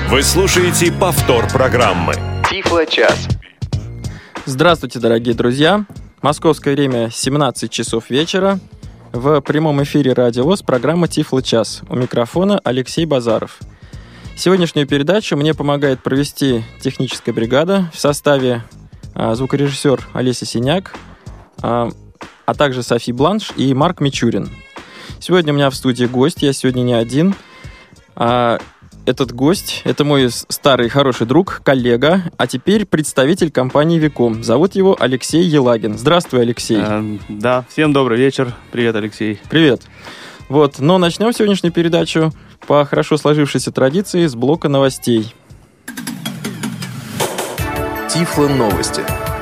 Вы слушаете повтор программы Тифло-час. Здравствуйте, дорогие друзья. Московское время 17 часов вечера. В прямом эфире Радио ВОС программа Тифло-час. У микрофона Алексей Базаров. Сегодняшнюю передачу мне помогает провести техническая бригада в составе звукорежиссер Олеся Синяк, а также Софи Бланш и Марк Мичурин. Сегодня у меня в студии гость, я сегодня не один. Этот гость — это мой старый хороший друг, коллега, а теперь представитель компании Виком. Зовут его Алексей Елагин. Здравствуй, Алексей. Да, всем добрый вечер. Привет, Алексей. Привет. Но начнем сегодняшнюю передачу по хорошо сложившейся традиции с блока новостей. Тифло-новости.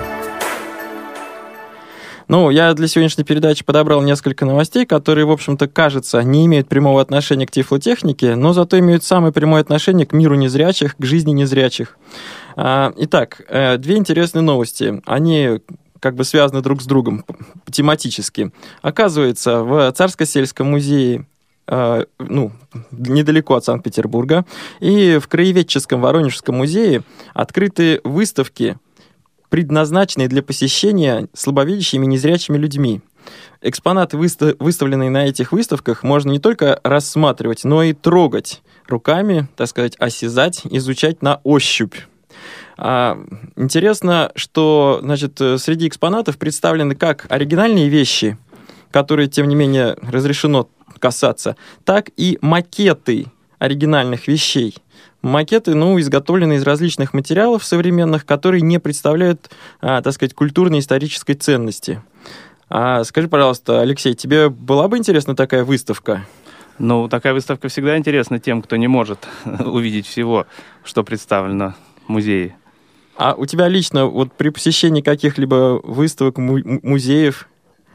Я для сегодняшней передачи подобрал несколько новостей, которые, в общем-то, кажется, не имеют прямого отношения к тифлотехнике, но зато имеют самое прямое отношение к миру незрячих, к жизни незрячих. Итак, две интересные новости. Они как бы связаны друг с другом тематически. Оказывается, в Царско-сельском музее, недалеко от Санкт-Петербурга, и в Краеведческом Воронежском музее открыты выставки, предназначенные для посещения слабовидящими и незрячими людьми. Экспонаты, выставленные на этих выставках, можно не только рассматривать, но и трогать руками, так сказать, осязать, изучать на ощупь. Интересно, что, среди экспонатов представлены как оригинальные вещи, которые, тем не менее, разрешено касаться, так и макеты оригинальных вещей. Макеты, изготовлены из различных материалов современных, которые не представляют, культурно-исторической ценности. Скажи, пожалуйста, Алексей, тебе была бы интересна такая выставка? Такая выставка всегда интересна тем, кто не может увидеть всего, что представлено в музее. А у тебя лично при посещении каких-либо выставок, музеев,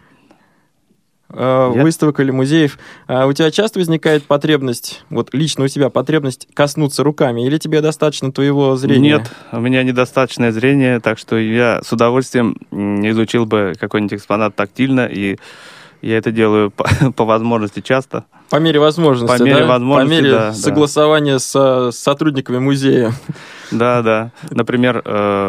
выставок или музеев, у тебя часто возникает потребность, лично у тебя потребность коснуться руками, или тебе достаточно твоего зрения? Нет, у меня недостаточное зрение, так что я с удовольствием изучил бы какой-нибудь экспонат тактильно, и я это делаю по возможности часто. По мере возможности, по мере согласования с сотрудниками музея. Да. Например,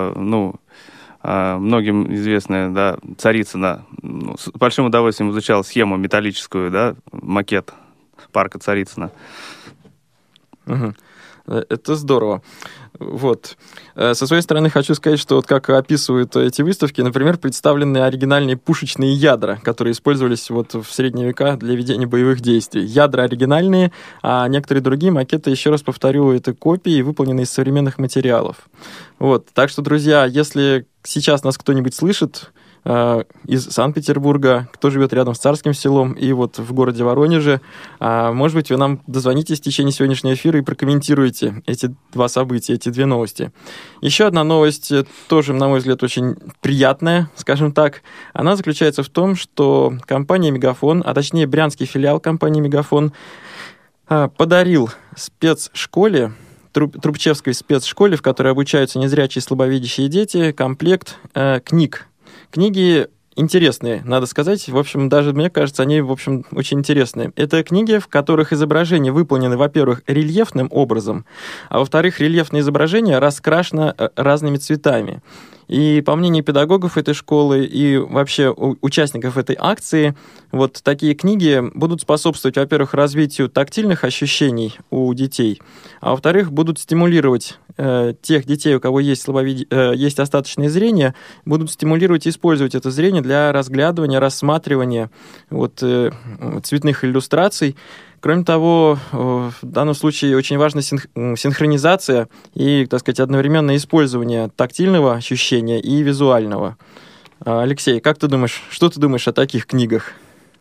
многим известная, Царицына. С большим удовольствием изучал схему металлическую, макет парка Царицына. Угу. Это здорово. Со своей стороны хочу сказать, что как описывают эти выставки, например, представлены оригинальные пушечные ядра, которые использовались в средние века для ведения боевых действий. Ядра оригинальные, а некоторые другие макеты, еще раз повторю, это копии, выполненные из современных материалов. Так что, друзья, если сейчас нас кто-нибудь слышит из Санкт-Петербурга, кто живет рядом с Царским селом и в городе Воронеже, может быть, вы нам дозвонитесь в течение сегодняшнего эфира и прокомментируете эти два события, эти две новости. Еще одна новость, тоже, на мой взгляд, очень приятная, скажем так. Она заключается в том, что компания «Мегафон», а точнее брянский филиал компании «Мегафон», подарил спецшколе, Трубчевской спецшколе, в которой обучаются незрячие и слабовидящие дети, комплект книг. Книги интересные, надо сказать. В общем, даже мне кажется, они, очень интересные. Это книги, в которых изображения выполнены, во-первых, рельефным образом, а во-вторых, рельефное изображение раскрашено разными цветами. И по мнению педагогов этой школы и вообще участников этой акции, такие книги будут способствовать, во-первых, развитию тактильных ощущений у детей, а во-вторых, будут стимулировать тех детей, у кого есть есть остаточное зрение, будут стимулировать и использовать это зрение для разглядывания, рассматривания цветных иллюстраций. Кроме того, в данном случае очень важна синхронизация и, одновременное использование тактильного ощущения и визуального. Алексей, как ты думаешь, что ты думаешь о таких книгах?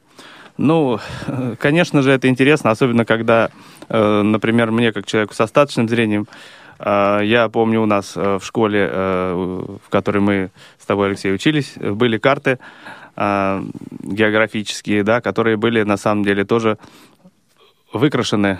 Конечно же, это интересно, особенно когда, например, мне, как человеку с остаточным зрением, я помню, у нас в школе, в которой мы с тобой, Алексей, учились, были карты географические, которые были, на самом деле, тоже выкрашены,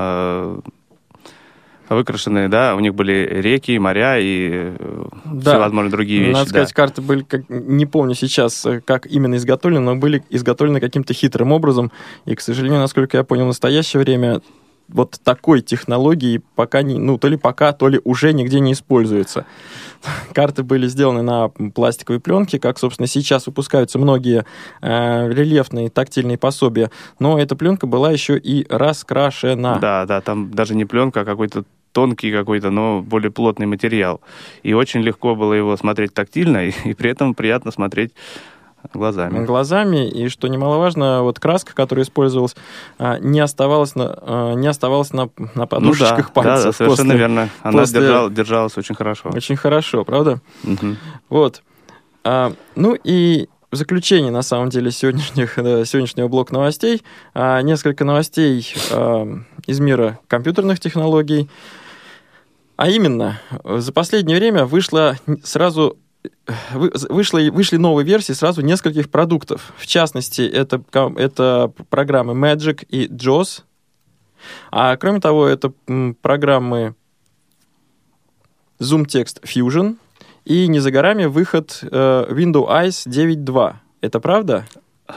у них были реки, моря и всевозможные другие вещи. Надо сказать, карты были, не помню сейчас, как именно изготовлены, но были изготовлены каким-то хитрым образом. И, к сожалению, насколько я понял, в настоящее время вот такой технологии пока то ли уже нигде не используется. Карты были сделаны на пластиковой пленке, как, собственно, сейчас выпускаются многие рельефные тактильные пособия, но эта пленка была еще и раскрашена. Да, там даже не пленка, а какой-то тонкий какой-то, но более плотный материал. И очень легко было его смотреть тактильно, и при этом приятно смотреть глазами. И, что немаловажно, вот краска, которая использовалась, не оставалась на подушечках пальцев. Да, совершенно верно. Она держалась очень хорошо. Очень хорошо, правда? Угу. Вот. И в заключение, на самом деле, сегодняшнего блока новостей, несколько новостей из мира компьютерных технологий. А именно, за последнее время вышли новые версии сразу нескольких продуктов. В частности, это программы Magic и JAWS. А кроме того, это программы ZoomText Fusion. И не за горами выход Windows 9.2. Это правда?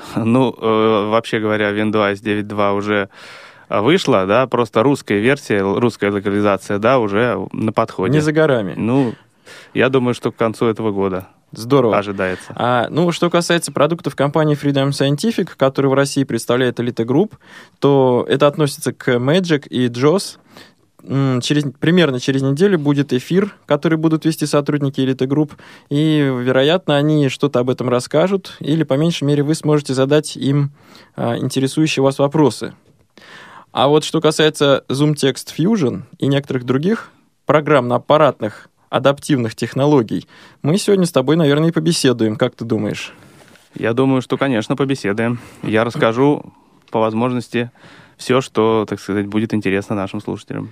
Вообще говоря, Windows 9.2 уже вышла, да, просто русская версия, русская локализация, да, уже на подходе. Не за горами. Я думаю, что к концу этого года. Здорово. Ожидается. Что касается продуктов компании Freedom Scientific, которая в России представляет Elite Group, то это относится к Magic и JAWS. Примерно через неделю будет эфир, который будут вести сотрудники Elite Group, и, вероятно, они что-то об этом расскажут, или, по меньшей мере, вы сможете задать им интересующие вас вопросы. А вот что касается ZoomText Fusion и некоторых других программно-аппаратных адаптивных технологий, мы сегодня с тобой, наверное, и побеседуем. Как ты думаешь? Я думаю, что, конечно, побеседуем. Я расскажу, по возможности, все, что, так сказать, будет интересно нашим слушателям.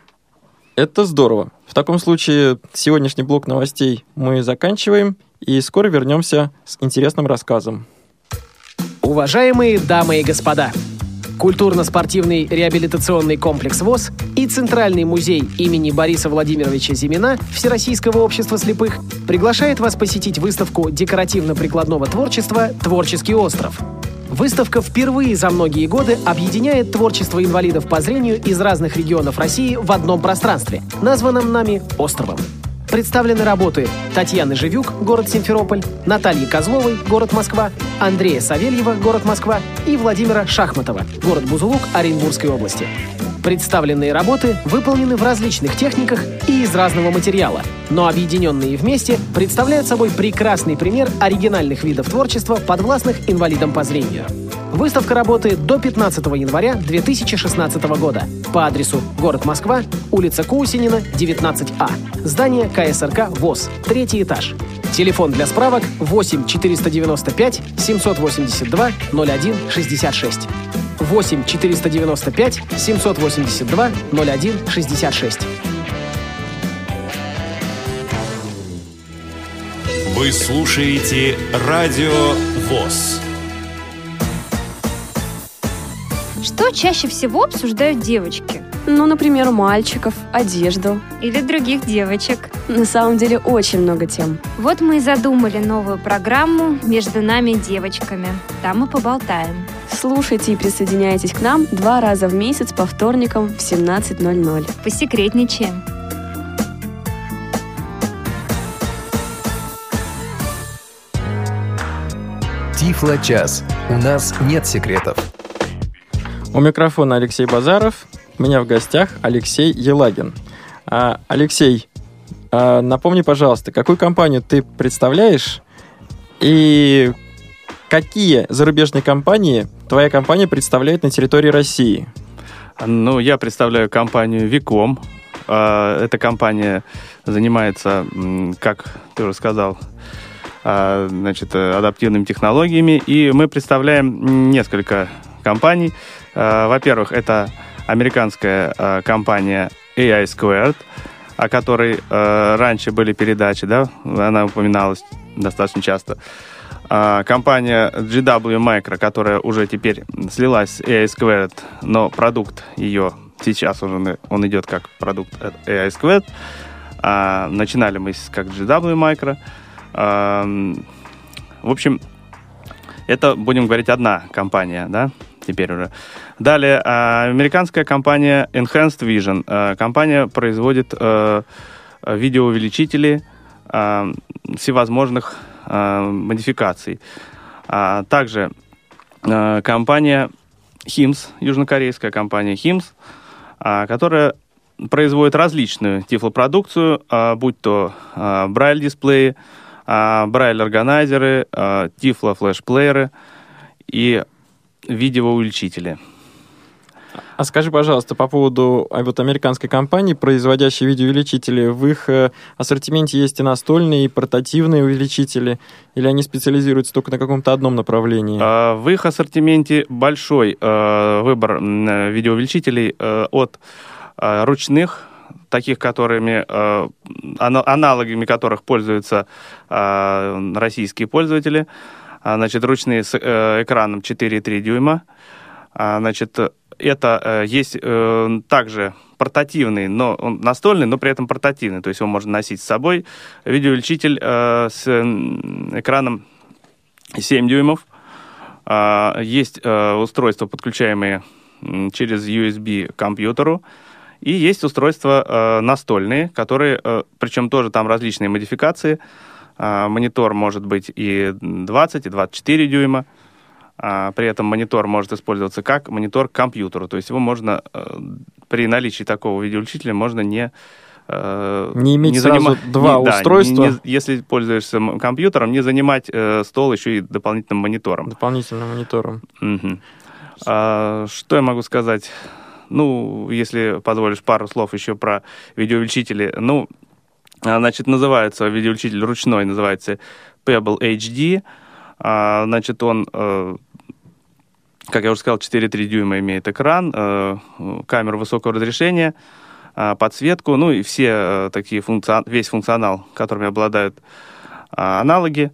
Это здорово. В таком случае сегодняшний блок новостей мы заканчиваем, и скоро вернемся с интересным рассказом. Уважаемые дамы и господа, культурно-спортивный реабилитационный комплекс ВОС и Центральный музей имени Бориса Владимировича Зимина Всероссийского общества слепых приглашает вас посетить выставку декоративно-прикладного творчества «Творческий остров». Выставка впервые за многие годы объединяет творчество инвалидов по зрению из разных регионов России в одном пространстве, названном нами «Островом». Представлены работы Татьяны Живюк, город Симферополь, Натальи Козловой, город Москва, Андрея Савельева, город Москва и Владимира Шахматова, город Бузулук Оренбургской области. Представленные работы выполнены в различных техниках и из разного материала, но объединенные вместе представляют собой прекрасный пример оригинальных видов творчества, подвластных инвалидам по зрению. Выставка работает до 15 января 2016 года по адресу город Москва, улица Кусинина, 19А. Здание КСРК ВОС, 3-й этаж. Телефон для справок 8 495 782 01 66. 8 495 782 01 66. Вы слушаете Радио ВОС. Что чаще всего обсуждают девочки? Например, мальчиков, одежду. Или других девочек. На самом деле очень много тем. Вот мы и задумали новую программу «Между нами девочками». Там мы поболтаем. Слушайте и присоединяйтесь к нам 2 раза в месяц по вторникам в 17:00. Посекретничаем. Тифло-час. У нас нет секретов. У микрофона Алексей Базаров. У меня в гостях Алексей Елагин. Алексей, напомни, пожалуйста, какую компанию ты представляешь и какие зарубежные компании твоя компания представляет на территории России? Я представляю компанию Виком. Эта компания занимается, как ты уже сказал, адаптивными технологиями. И мы представляем несколько компаний. Во-первых, это американская компания AI Squared, о которой раньше были передачи, да, она упоминалась достаточно часто. Компания GW Micro, которая уже теперь слилась с AI Squared, но продукт ее сейчас уже он идет как продукт AI Squared. Начинали мы как GW Micro. В общем, Это, будем говорить, одна компания, да, теперь уже. Далее, американская компания Enhanced Vision. Компания производит видеоувеличители всевозможных модификаций. Также компания HIMS, южнокорейская компания HIMS, которая производит различную тифлопродукцию, будь то брайль-дисплеи, брайль-органайзеры, тифло-флешплееры и видеоувеличители. А скажи, пожалуйста, по поводу вот американской компании, производящей видеоувеличители, в их ассортименте есть и настольные, и портативные увеличители, или они специализируются только на каком-то одном направлении? В их ассортименте большой выбор видеоувеличителей от ручных, таких, которыми аналогами которых пользуются российские пользователи. Значит, ручные с экраном 4,3 дюйма. Значит, это есть также портативный, но он настольный, но при этом портативный, то есть его можно носить с собой. Видеоувеличитель с экраном 7 дюймов. Есть устройства, подключаемые через USB к компьютеру. И есть устройства настольные, которые, причем тоже там различные модификации. Монитор может быть и 20, и 24 дюйма. При этом монитор может использоваться как монитор к компьютеру. То есть его можно, при наличии такого видеоувеличителя, можно не иметь сразу два устройства. Если пользуешься компьютером, не занимать стол еще и дополнительным монитором. Дополнительным монитором. Угу. Что я могу сказать? Ну, если позволишь пару слов еще про видеоувеличители. Ну, значит, называется видеоувеличитель ручной, называется Pebble HD. Значит, он, как я уже сказал, 4,3 дюйма имеет экран, камеру высокого разрешения, подсветку, ну и все такие весь функционал, которыми обладают аналоги.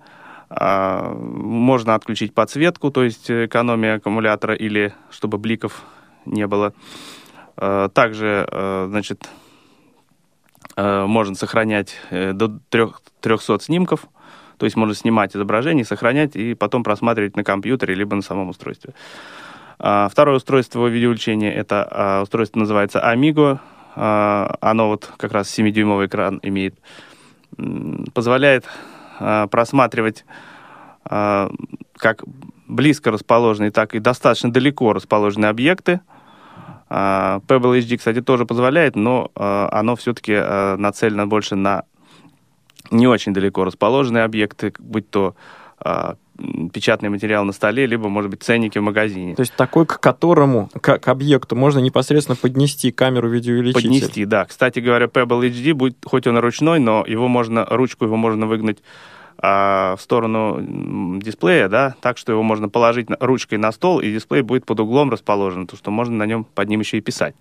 Можно отключить подсветку, то есть экономия аккумулятора или чтобы бликов не было. Также, значит, можно сохранять до 300 снимков. То есть можно снимать изображение, сохранять и потом просматривать на компьютере либо на самом устройстве. Второе устройство видеоувеличения, это устройство называется Amigo. Оно вот как раз 7-дюймовый экран имеет. Позволяет просматривать как близко расположенные, так и достаточно далеко расположенные объекты. Pebble HD, кстати, тоже позволяет, но оно все-таки нацелено больше на не очень далеко расположенные объекты, будь то печатный материал на столе, либо, может быть, ценники в магазине. То есть такой, к которому, к объекту, можно непосредственно поднести камеру видеоувеличителя? Поднести, да. Кстати говоря, Pebble HD, хоть он и ручной, но ручку его можно выгнуть в сторону дисплея, да, так что его можно положить ручкой на стол, и дисплей будет под углом расположен, то что можно на нем под ним еще и писать.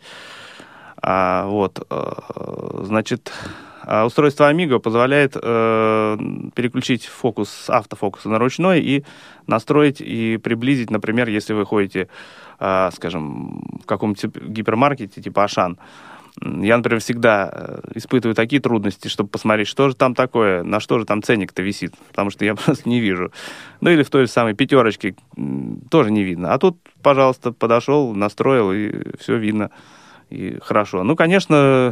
Значит, устройство Amigo позволяет переключить фокус с автофокуса на ручной и настроить и приблизить, например, если вы ходите, скажем, в каком-то гипермаркете типа Ашан. Я, например, всегда испытываю такие трудности, чтобы посмотреть, что же там такое, на что же там ценник-то висит, потому что я просто не вижу. Ну или в той же самой пятерочке тоже не видно. А тут, пожалуйста, подошел, настроил, и все видно, и хорошо. Ну, конечно,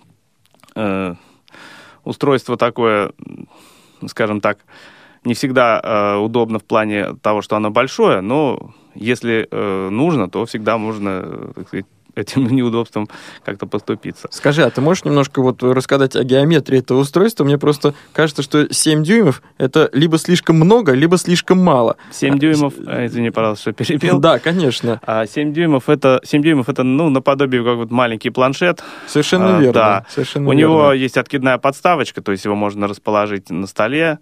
устройство такое, скажем так, не всегда удобно в плане того, что оно большое, но если нужно, то всегда можно, так сказать, этим неудобством как-то поступиться. Скажи, а ты можешь немножко вот рассказать о геометрии этого устройства? Мне просто кажется, что 7 дюймов — это либо слишком много, либо слишком мало. 7 дюймов, извини, пожалуйста, что перебил. Да, конечно. 7 дюймов это, ну, наподобие как вот маленький планшет. Совершенно верно. Да. Совершенно У него есть откидная подставочка, то есть его можно расположить на столе.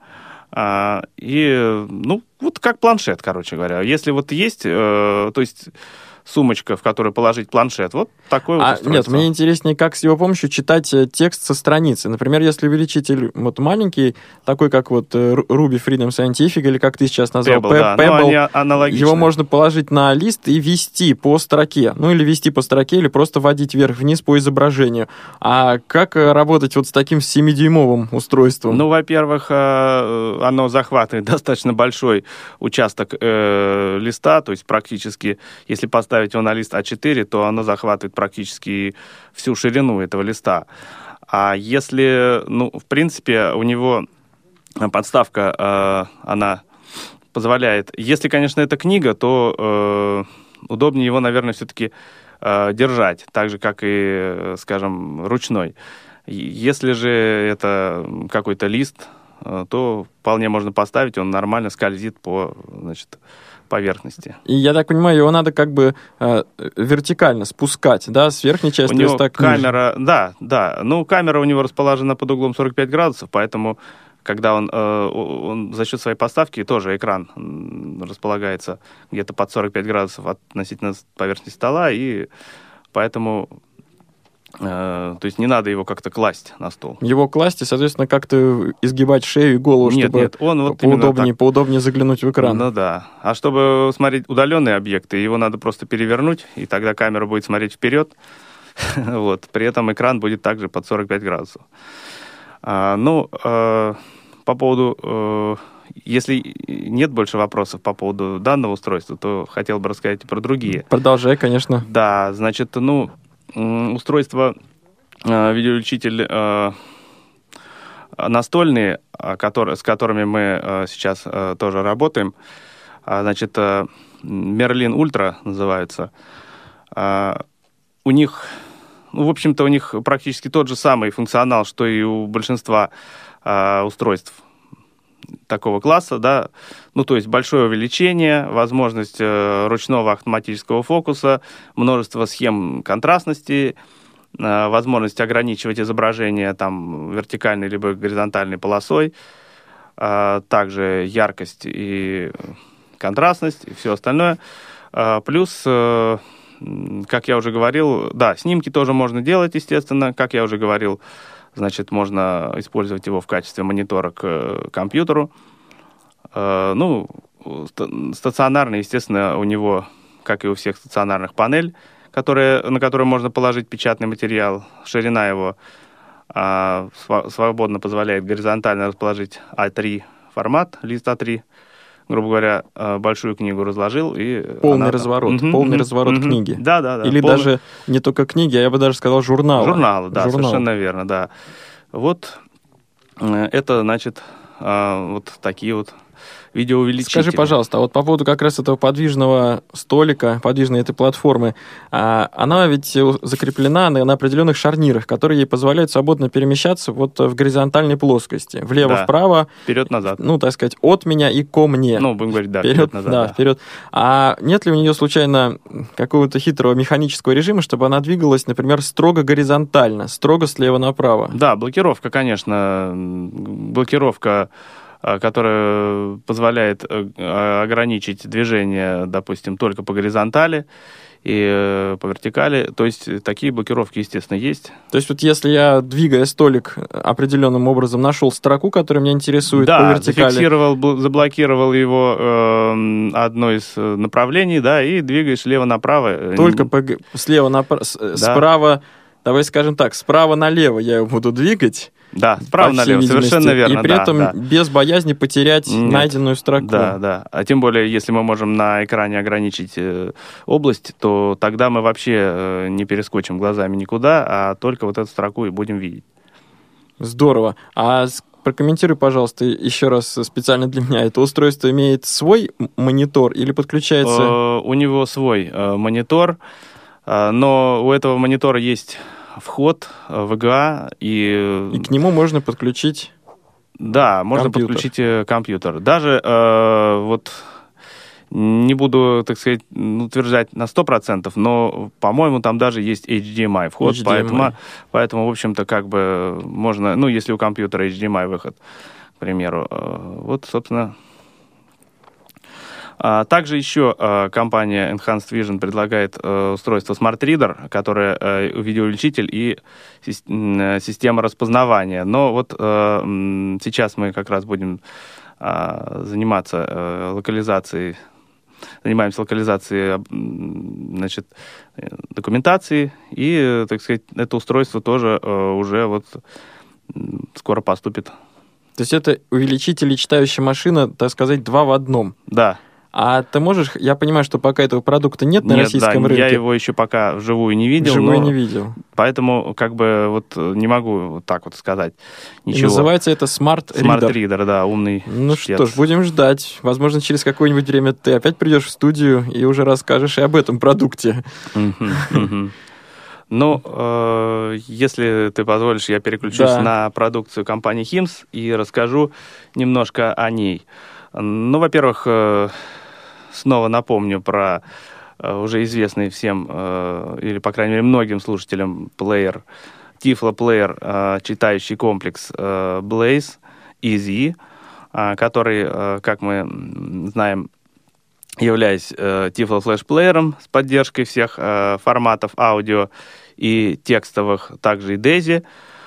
И, ну, вот как планшет, короче говоря. Если вот есть, то есть сумочка, в которую положить планшет. Вот такое вот устройство. Нет, мне интереснее, как с его помощью читать текст со страницы. Например, если увеличитель вот маленький, такой как вот Ruby Freedom Scientific, или как ты сейчас назвал, Pebble, его можно положить на лист и вести по строке. Ну, или вести по строке, или просто водить вверх-вниз по изображению. А как работать вот с таким 7-дюймовым устройством? Ну, во-первых, оно захватывает достаточно большой участок листа, то есть практически, если поставить его на лист А4, то оно захватывает практически всю ширину этого листа. А если, ну, в принципе, у него подставка, она позволяет... Если, конечно, это книга, то удобнее его, наверное, все-таки держать, так же, как и, скажем, ручной. Если же это какой-то лист, то вполне можно поставить, он нормально скользит по, значит, поверхности. И я так понимаю, его надо как бы вертикально спускать, да, с верхней части у него листа к камера, да. Ну, камера у него расположена под углом 45 градусов, поэтому, когда он за счет своей поставки, тоже экран располагается где-то под 45 градусов относительно поверхности стола, и поэтому... То есть не надо его как-то класть на стол. Его класть и, соответственно, как-то изгибать шею и голову, чтобы он вот поудобнее заглянуть в экран. Ну да. А чтобы смотреть удаленные объекты, его надо просто перевернуть, и тогда камера будет смотреть вперед. Вот. При этом экран будет также под 45 градусов. По поводу... Если нет больше вопросов по поводу данного устройства, то хотел бы рассказать и про другие. Продолжай, конечно. Да, значит, устройства, видеоувеличитель настольные, с которыми мы сейчас тоже работаем, значит, Merlin Ultra называются. У них, в общем-то, у них практически тот же самый функционал, что и у большинства устройств такого класса, да, ну, то есть большое увеличение, возможность ручного автоматического фокуса, множество схем контрастности, возможность ограничивать изображение там вертикальной либо горизонтальной полосой, также яркость и контрастность и все остальное. Плюс, как я уже говорил, да, снимки тоже можно делать, естественно, как я уже говорил, значит, можно использовать его в качестве монитора к компьютеру. Ну, стационарный, естественно, у него, как и у всех стационарных, панель, на которую можно положить печатный материал. Ширина его свободно позволяет горизонтально расположить А3 формат, лист А3. Грубо говоря, большую книгу разложил и... Полный разворот книги. Да. Или даже не только книги, а я бы даже сказал журналы. Журналы, да, совершенно верно, да. Вот это, значит, вот такие вот видеоувеличители. Скажи, пожалуйста, а вот по поводу как раз этого подвижного столика, подвижной этой платформы, она ведь закреплена на определенных шарнирах, которые ей позволяют свободно перемещаться вот в горизонтальной плоскости. Влево-вправо. Вперед-назад. Ну, так сказать, от меня и ко мне. Ну, будем говорить, да, вперед-назад. Да, вперед. А нет ли у нее случайно какого-то хитрого механического режима, чтобы она двигалась, например, строго горизонтально, строго слева направо? Да, блокировка, конечно. Блокировка, которая позволяет ограничить движение, допустим, только по горизонтали и по вертикали. То есть такие блокировки, естественно, есть. То есть вот если я, двигая столик определенным образом, нашел строку, которая меня интересует, да, по вертикали... заблокировал его одно из направлений, да, и двигаешь слева-направо. Только слева направо, да. Справа, давай скажем так, справа налево я его буду двигать. Да, справа налево, совершенно верно. И при этом без боязни потерять найденную строку. Да. А тем более, если мы можем на экране ограничить область, то тогда мы вообще не перескочим глазами никуда, а только вот эту строку и будем видеть. Здорово. А прокомментируй, пожалуйста, еще раз специально для меня. Это устройство имеет свой монитор или подключается? У него свой монитор, но у этого монитора есть вход VGA, и к нему можно подключить... Да, можно подключить компьютер. Даже вот не буду, так сказать, утверждать на 100%, но, по-моему, там даже есть HDMI вход, поэтому, в общем-то, как бы можно, ну, если у компьютера HDMI выход, к примеру, вот, собственно... Также еще компания Enhanced Vision предлагает устройство Smart Reader, которое видеоувеличитель и система распознавания. Но вот сейчас мы как раз будем занимаемся локализацией, значит, документации, и, так сказать, это устройство тоже уже вот скоро поступит. То есть это увеличитель и читающая машина, так сказать, 2 в 1. Да. А ты можешь, я понимаю, что пока этого продукта нет на российском рынке. Я его еще пока вживую не видел. Не видел. Поэтому как бы вот не могу вот так вот сказать ничего. И называется это Smart Reader. Smart Reader, да, умный чтец. Что ж, будем ждать. Возможно, через какое-нибудь время ты опять придешь в студию и уже расскажешь и об этом продукте. Ну, если ты позволишь, я переключусь на продукцию компании HIMS и расскажу немножко о ней. Ну, во-первых, снова напомню про уже известный всем, или, по крайней мере, многим слушателям плеер, Tiflo плеер, читающий комплекс Blaze EZ, который, как мы знаем, являясь Tiflo флеш-плеером с поддержкой всех форматов аудио и текстовых, также и DAISY,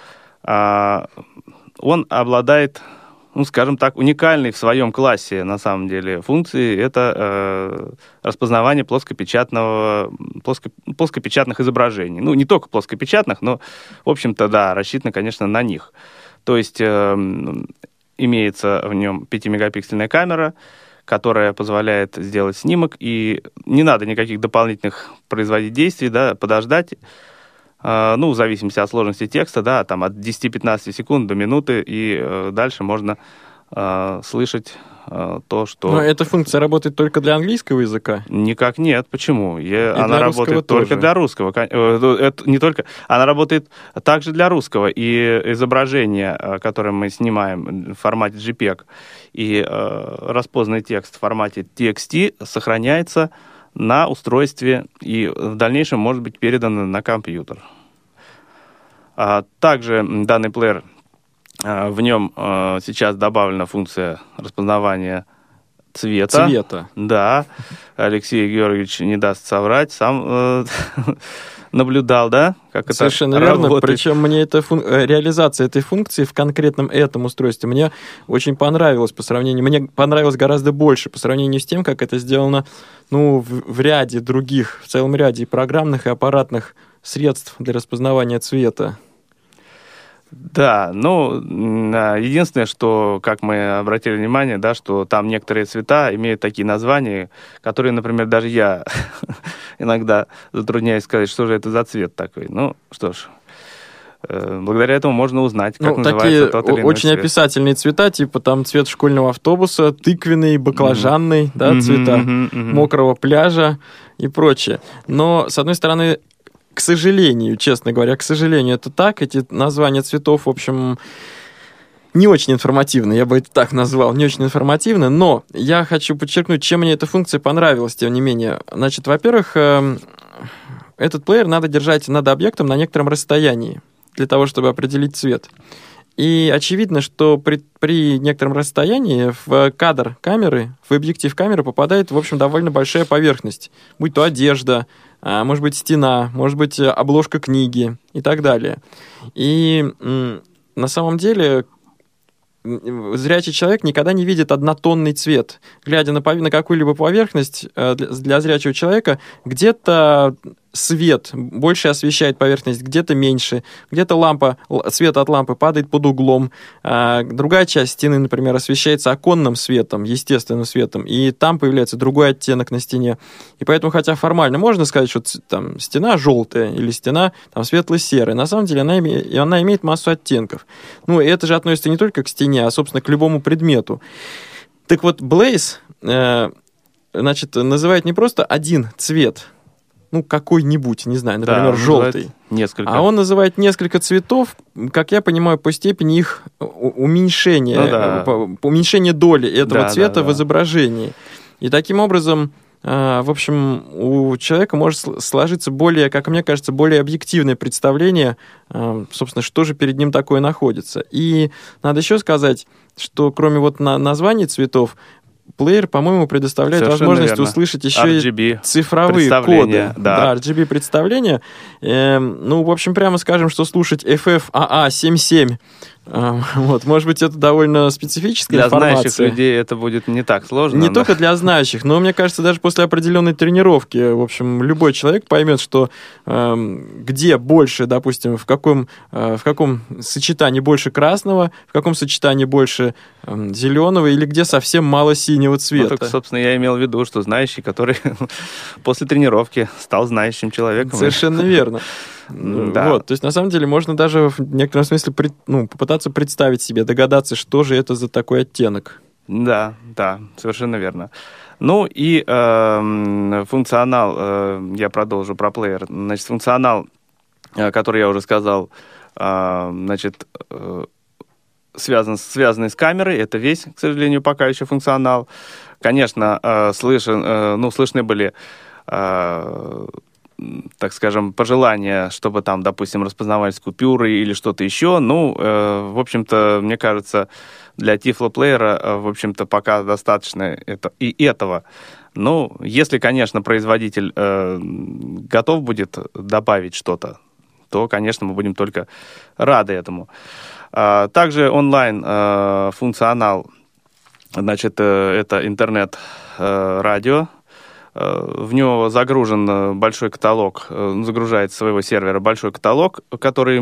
он обладает, ну, скажем так, уникальной в своем классе, на самом деле, функции. Это распознавание плоскопечатных изображений. Ну, не только плоскопечатных, но, в общем-то, да, рассчитано, конечно, на них. То есть имеется в нем 5-мегапиксельная камера, которая позволяет сделать снимок, и не надо никаких дополнительных производить действий, да, подождать, ну, в зависимости от сложности текста, да, там от 10-15 секунд до минуты, и дальше можно слышать то, что... Но эта функция работает только для английского языка? Никак нет. Почему? Она работает только для русского. Это не только... Она работает также для русского. И изображение, которое мы снимаем в формате JPEG, и распознанный текст в формате TXT сохраняется на устройстве и в дальнейшем может быть передан на компьютер. Также данный плеер, в нем сейчас добавлена функция распознавания цвета. Да. Алексей Георгиевич не даст соврать, сам наблюдал, да, как совершенно это верно. работает. Причем мне реализация этой функции в конкретном этом устройстве мне очень понравилась мне понравилось гораздо больше по сравнению с тем, как это сделано, ну, в ряде других, в целом ряде программных и аппаратных средств для распознавания цвета. Да, ну, единственное, что, как мы обратили внимание, да, что там некоторые цвета имеют такие названия, которые, например, даже я иногда затрудняюсь сказать, что же это за цвет такой. Ну, что ж, благодаря этому можно узнать, как называется тот или иной очень цвет. описательные цвета, типа там цвет школьного автобуса, тыквенный, баклажанный, да, цвета мокрого пляжа и прочее. Но, с одной стороны, к сожалению, честно говоря, это так. Эти названия цветов, в общем, не очень информативны. Я бы это так назвал, не очень информативно. Но я хочу подчеркнуть, чем мне эта функция понравилась, тем не менее. Значит, во-первых, этот плеер надо держать над объектом на некотором расстоянии для того, чтобы определить цвет. И очевидно, что при некотором расстоянии в кадр камеры, в объектив камеры попадает, в общем, довольно большая поверхность. Будь то одежда, может быть, стена, может быть, обложка книги и так далее. И на самом деле зрячий человек никогда не видит однотонный цвет. Глядя на какую-либо поверхность, для зрячего человека где-то свет больше освещает поверхность, где-то меньше, где-то свет от лампы падает под углом, другая часть стены, например, освещается оконным светом, естественным светом, и там появляется другой оттенок на стене. И поэтому, хотя формально можно сказать, что там стена желтая или стена там светло-серая, на самом деле она имеет массу оттенков. Ну, и это же относится не только к стене, а, собственно, к любому предмету. Так вот, Blaze, значит, называет не просто один цвет, ну, какой-нибудь, не знаю, например, желтый. Несколько. А он называет несколько цветов, как я понимаю, по степени их уменьшения, уменьшения доли этого цвета в изображении. И таким образом, в общем, у человека может сложиться более, как мне кажется, более объективное представление, собственно, что же перед ним такое находится. И надо еще сказать, что кроме вот названий цветов, плеер, по-моему, предоставляет Совершенно возможность верно. услышать еще RGB и цифровые коды. да. RGB представления. Ну, в общем, прямо скажем, что слушать FFAA77, вот, может быть, это довольно специфическая Для информация. знающих людей это будет не так сложно. Не только для знающих, но, мне кажется, даже после определенной тренировки, в общем, любой человек поймет, что где больше, допустим, в каком сочетании больше красного, в каком сочетании больше зеленого, или где совсем мало синего цвета. Ну, так, собственно, я имел в виду, что знающий, который после тренировки стал знающим человеком. Совершенно верно. Да. Вот, то есть, на самом деле, можно даже в некотором смысле попытаться представить себе, догадаться, что же это за такой оттенок. Да, совершенно верно. Ну и функционал, я продолжу про плеер. Значит, функционал, который я уже сказал, значит, связанный с камерой, это весь, к сожалению, пока еще функционал. Конечно, слышны были, так скажем, пожелания, чтобы там, допустим, распознавались купюры или что-то еще. Ну, в общем-то, мне кажется, для тифлоплеера, в общем-то, пока достаточно этого. Ну, если, конечно, производитель готов будет добавить что-то, то, конечно, мы будем только рады этому. Также онлайн-функционал, значит, это интернет-радио. В него загружен большой каталог, загружает с своего сервера большой каталог, который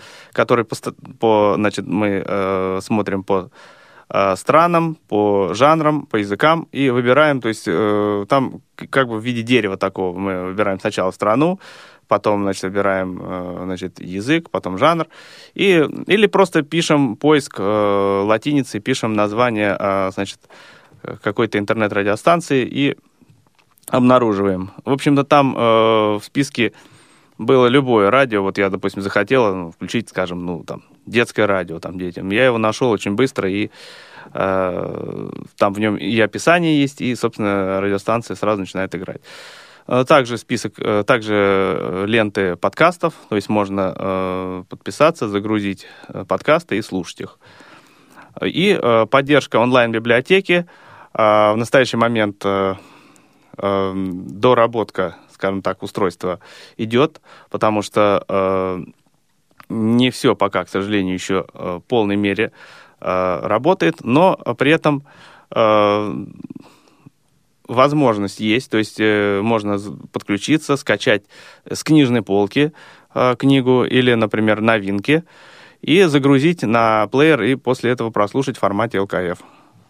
значит, мы смотрим по странам, по жанрам, по языкам и выбираем, то есть там как бы в виде дерева такого мы выбираем сначала страну, потом, значит, выбираем, значит, язык, потом жанр, или просто пишем поиск латиницей, пишем название, значит, какой-то интернет-радиостанции и обнаруживаем. В общем-то, там в списке было любое радио. Вот я, допустим, захотел включить, скажем, там, детское радио там, детям. Я его нашел очень быстро, и там в нем и описание есть, и, собственно, радиостанция сразу начинает играть. Также также ленты подкастов, то есть можно подписаться, загрузить подкасты и слушать их. И поддержка онлайн-библиотеки. В настоящий момент доработка, скажем так, устройства идет, потому что не все пока, к сожалению, еще в полной мере работает, но при этом возможность есть, то есть можно подключиться, скачать с книжной полки книгу или, например, новинки и загрузить на плеер и после этого прослушать в формате LKF.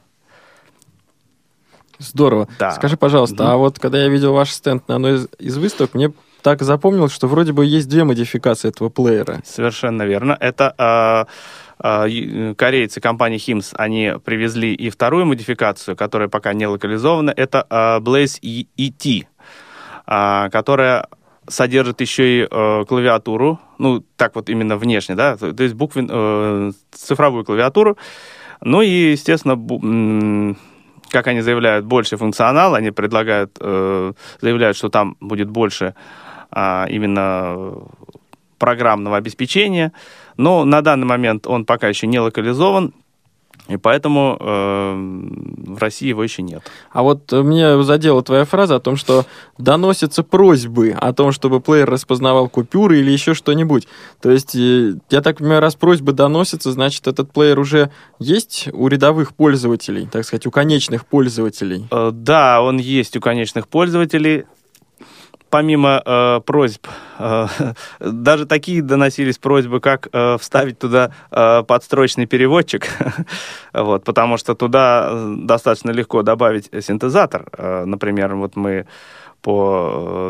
Здорово. Да. Скажи, пожалуйста, а вот когда я видел ваш стенд на одной из выставок, мне так запомнилось, что вроде бы есть две модификации этого плеера. Совершенно верно. Это корейцы компании HIMS, они привезли и вторую модификацию, которая пока не локализована. Это Blaze ET, которая содержит еще и клавиатуру, ну, так вот именно внешне, да, то есть цифровую клавиатуру. Ну и, естественно, как они заявляют, больше функционал, они заявляют, что там будет больше именно программного обеспечения, но на данный момент он пока еще не локализован, и поэтому в России его еще нет. А вот мне задела твоя фраза о том, что доносятся просьбы о том, чтобы плеер распознавал купюры или еще что-нибудь. То есть, я так понимаю, раз просьбы доносятся, значит, этот плеер уже есть у рядовых пользователей, так сказать, у конечных пользователей? Да, он есть у конечных пользователей. Помимо просьб, даже такие доносились просьбы, как вставить туда подстрочный переводчик, вот, потому что туда достаточно легко добавить синтезатор. Например, вот мы по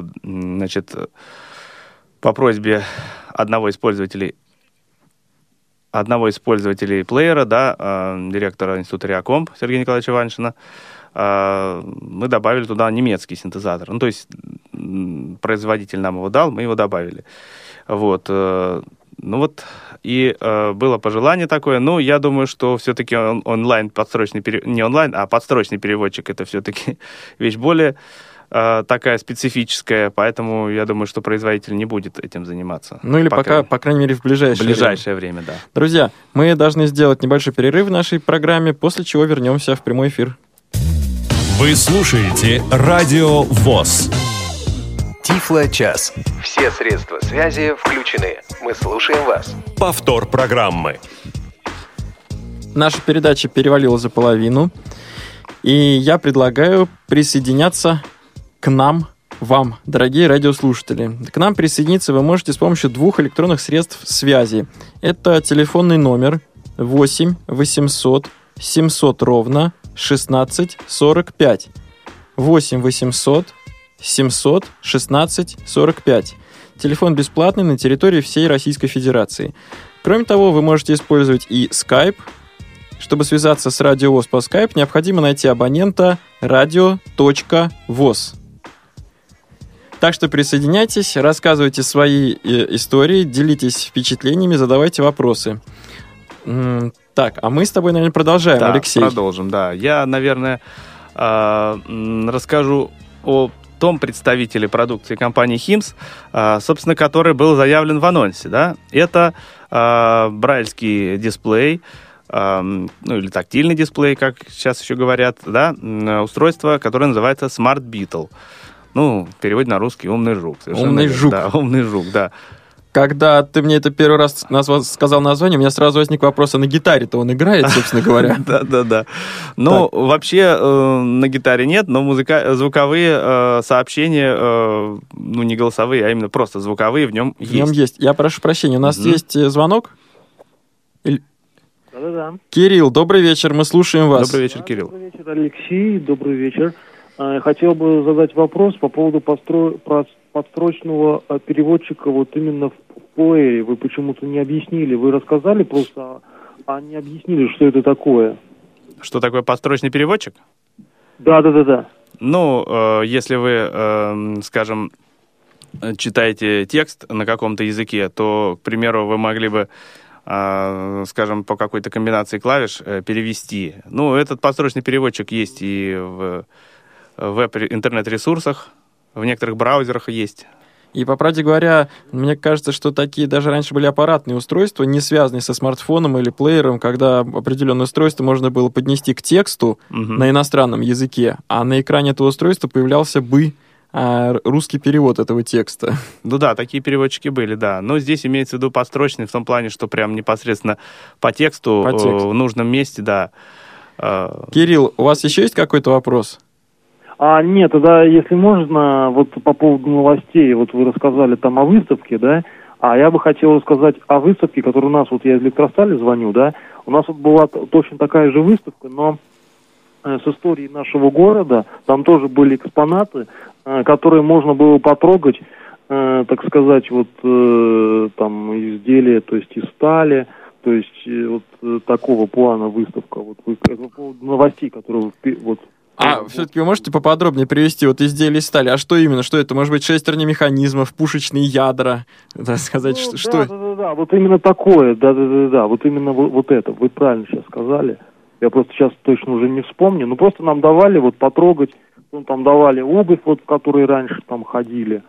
просьбе одного из пользователей плеера, да, директора института Реакомп Сергея Николаевича Ваншина, мы добавили туда немецкий синтезатор. Ну, то есть производитель нам его дал, мы его добавили. Вот. Ну вот, и было пожелание такое. Ну, я думаю, что все-таки подстрочный переводчик это все-таки вещь более такая специфическая, поэтому я думаю, что производитель не будет этим заниматься. Ну или пока, по крайней мере, в ближайшее время, да. Друзья, мы должны сделать небольшой перерыв в нашей программе, после чего вернемся в прямой эфир. Вы слушаете Радио ВОС. Тифло-час. Все средства связи включены. Мы слушаем вас. Повтор программы. Наша передача перевалила за половину, и я предлагаю присоединяться к нам, вам, дорогие радиослушатели. К нам присоединиться вы можете с помощью двух электронных средств связи. Это телефонный номер 8 800 700 ровно 16 45. 8 800 700 16 45. Телефон бесплатный на территории всей Российской Федерации. Кроме того, вы можете использовать и Skype. Чтобы связаться с Радио ВОС по Skype, необходимо найти абонента radio.voz. Так что присоединяйтесь, рассказывайте свои истории, делитесь впечатлениями, задавайте вопросы. Так, а мы с тобой, наверное, продолжаем, Да, Алексей. Продолжим, да. Я, наверное, расскажу о том представителе продукции компании HIMS, собственно, который был заявлен в анонсе. Да? Это брайльский дисплей, ну или тактильный дисплей, как сейчас еще говорят, да? Устройство, которое называется Smart Beetle. Ну, в переводе на русский «умный жук». Умный жук. Да, умный жук, да. Когда ты мне это первый раз сказал название, у меня сразу возник вопрос, а на гитаре-то он играет, собственно говоря? Да. Ну, вообще на гитаре нет, но звуковые сообщения, ну, не голосовые, а именно просто звуковые в нем есть. В нем есть. Я прошу прощения, у нас есть звонок? Да. Кирилл, добрый вечер, мы слушаем вас. Добрый вечер, Кирилл. Добрый вечер, Алексей, добрый вечер. Хотел бы задать вопрос по поводу подстрочного переводчика вот именно в плеере. Вы почему-то не объяснили. Вы рассказали просто, а не объяснили, что это такое. Что такое подстрочный переводчик? Да. Ну, если вы, скажем, читаете текст на каком-то языке, то, к примеру, вы могли бы, скажем, по какой-то комбинации клавиш перевести. Ну, этот подстрочный переводчик есть и в веб-интернет-ресурсах, в некоторых браузерах есть. И, по правде говоря, мне кажется, что такие даже раньше были аппаратные устройства, не связанные со смартфоном или плеером, когда определенное устройство можно было поднести к тексту на иностранном языке, а на экране этого устройства появлялся бы русский перевод этого текста. Ну да, такие переводчики были, да. Но здесь имеется в виду подстрочный в том плане, что прям непосредственно по тексту. В нужном месте, да. Кирилл, у вас еще есть какой-то вопрос? Нет, тогда, если можно, вот по поводу новостей, вот вы рассказали там о выставке, да, а я бы хотел рассказать о выставке, которая у нас, вот я из Электростали звоню, да, у нас вот была точно такая же выставка, но с историей нашего города, там тоже были экспонаты, которые можно было потрогать, так сказать, вот там изделия, то есть из стали, то есть вот такого плана выставка, вот по поводу новостей, которые вот. Все-таки вы можете поподробнее привести вот изделия из стали? А что именно? Что это? Может быть, шестерни механизмов, пушечные ядра? Да, сказать, что? Да, вот именно такое, да, вот именно вот это. Вы правильно сейчас сказали. Я просто сейчас точно уже не вспомню. Но просто нам давали вот потрогать, там давали обувь, вот, в которой раньше там ходили.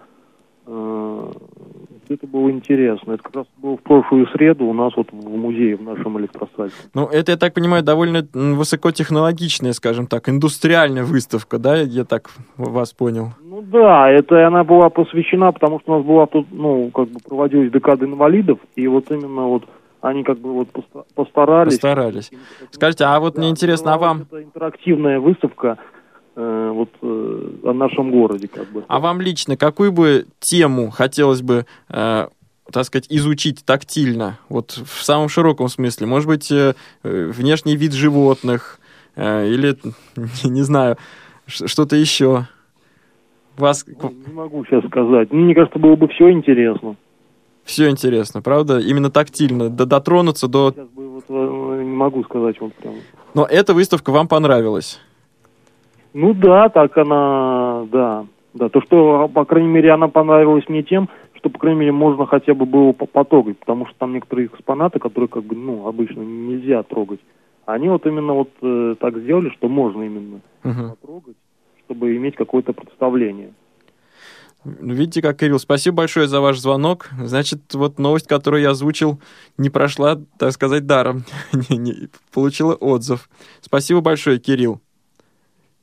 Это было интересно. Это как раз было в прошлую среду у нас вот в музее, в нашем Электростале. Ну, это, я так понимаю, довольно высокотехнологичная, скажем так, индустриальная выставка, да? Я так вас понял. Ну да, это она была посвящена, потому что у нас была тут, ну, как бы проводилась декада инвалидов, и вот именно вот они как бы вот постарались. Скажите, а вот мне интересно, а вам... Это интерактивная выставка, вот о нашем городе, как бы. А вам лично какую бы тему хотелось бы, так сказать, изучить тактильно, вот в самом широком смысле? Может быть, внешний вид животных или, не знаю, что-то еще? Не могу сейчас сказать. Мне кажется, было бы все интересно. Все интересно, правда? Именно тактильно, дотронуться до... Сейчас бы вот, не могу сказать вот прям. Но эта выставка вам понравилась? Ну да, так она, да. То, что, по крайней мере, она понравилась мне тем, что, по крайней мере, можно хотя бы было потрогать, потому что там некоторые экспонаты, которые, как бы, ну, обычно нельзя трогать, они вот именно вот так сделали, что можно именно потрогать, чтобы иметь какое-то представление. Видите, как, Кирилл, спасибо большое за ваш звонок. Значит, вот новость, которую я озвучил, не прошла, так сказать, даром. Получила отзыв. Спасибо большое, Кирилл.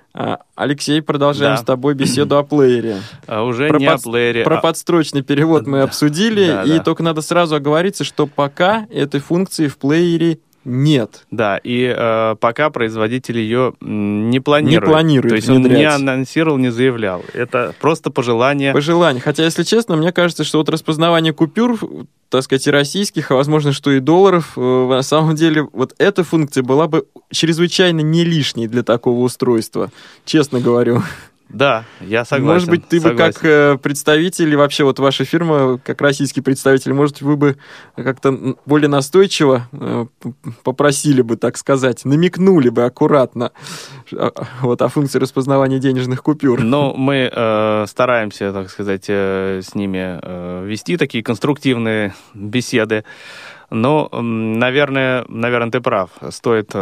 Алексей, продолжаем Да. с тобой беседу о плеере. Уже не о плеере. Про подстрочный перевод мы обсудили, Да, и да. только надо сразу оговориться, что пока этой функции в плеере нет. Да, и пока производитель ее не планирует. Не планирует То есть он внедрять. не анонсировал, не заявлял. Это просто пожелание. Пожелание. Хотя, если честно, мне кажется, что вот распознавание купюр, так сказать, и российских, а возможно, что и долларов, на самом деле, вот эта функция была бы чрезвычайно не лишней для такого устройства. Честно говорю. Да, я согласен. Может быть, ты бы согласен. как представитель, и вообще вот ваша фирма, как российский представитель, может, вы бы как-то более настойчиво попросили бы, так сказать, намекнули бы аккуратно вот о функции распознавания денежных купюр. Но мы стараемся, так сказать, с ними вести такие конструктивные беседы. Но, наверное, ты прав. Стоит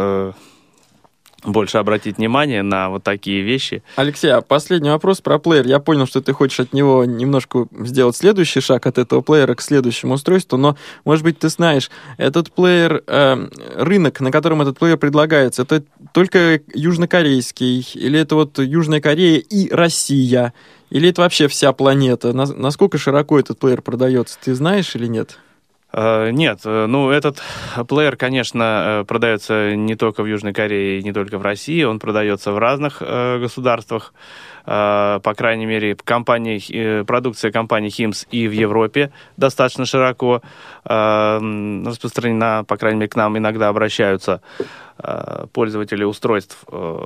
больше обратить внимание на вот такие вещи. Алексей, а последний вопрос про плеер. Я понял, что ты хочешь от него немножко сделать следующий шаг от этого плеера к следующему устройству, но, может быть, ты знаешь, этот плеер, рынок, на котором этот плеер предлагается, это только южнокорейский, или это вот Южная Корея и Россия, или это вообще вся планета? Насколько широко этот плеер продается, ты знаешь или нет? Нет, ну этот плеер, конечно, продается не только в Южной Корее и не только в России, он продается в разных государствах, по крайней мере, продукция компании HIMS и в Европе достаточно широко распространена, по крайней мере, к нам иногда обращаются пользователи устройств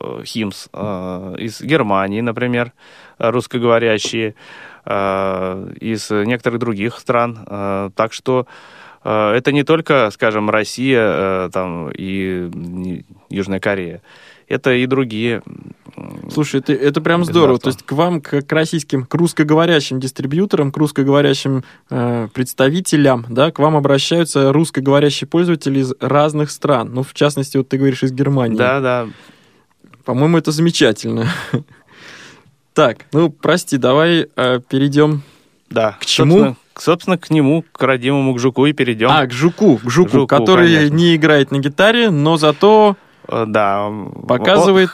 HIMS из Германии, например, русскоговорящие, из некоторых других стран. Так что это не только, скажем, Россия там, и Южная Корея. Это и другие. Слушай, это прям здорово. То есть к вам, к российским, к русскоговорящим дистрибьюторам, к русскоговорящим представителям, да, к вам обращаются русскоговорящие пользователи из разных стран. Ну, в частности, вот ты говоришь, из Германии. Да, да. По-моему, это замечательно. Так, ну, прости, давай перейдем к чему? Собственно, к нему, к родимому, к жуку и перейдем. К жуку, который конечно. не играет на гитаре, но зато показывает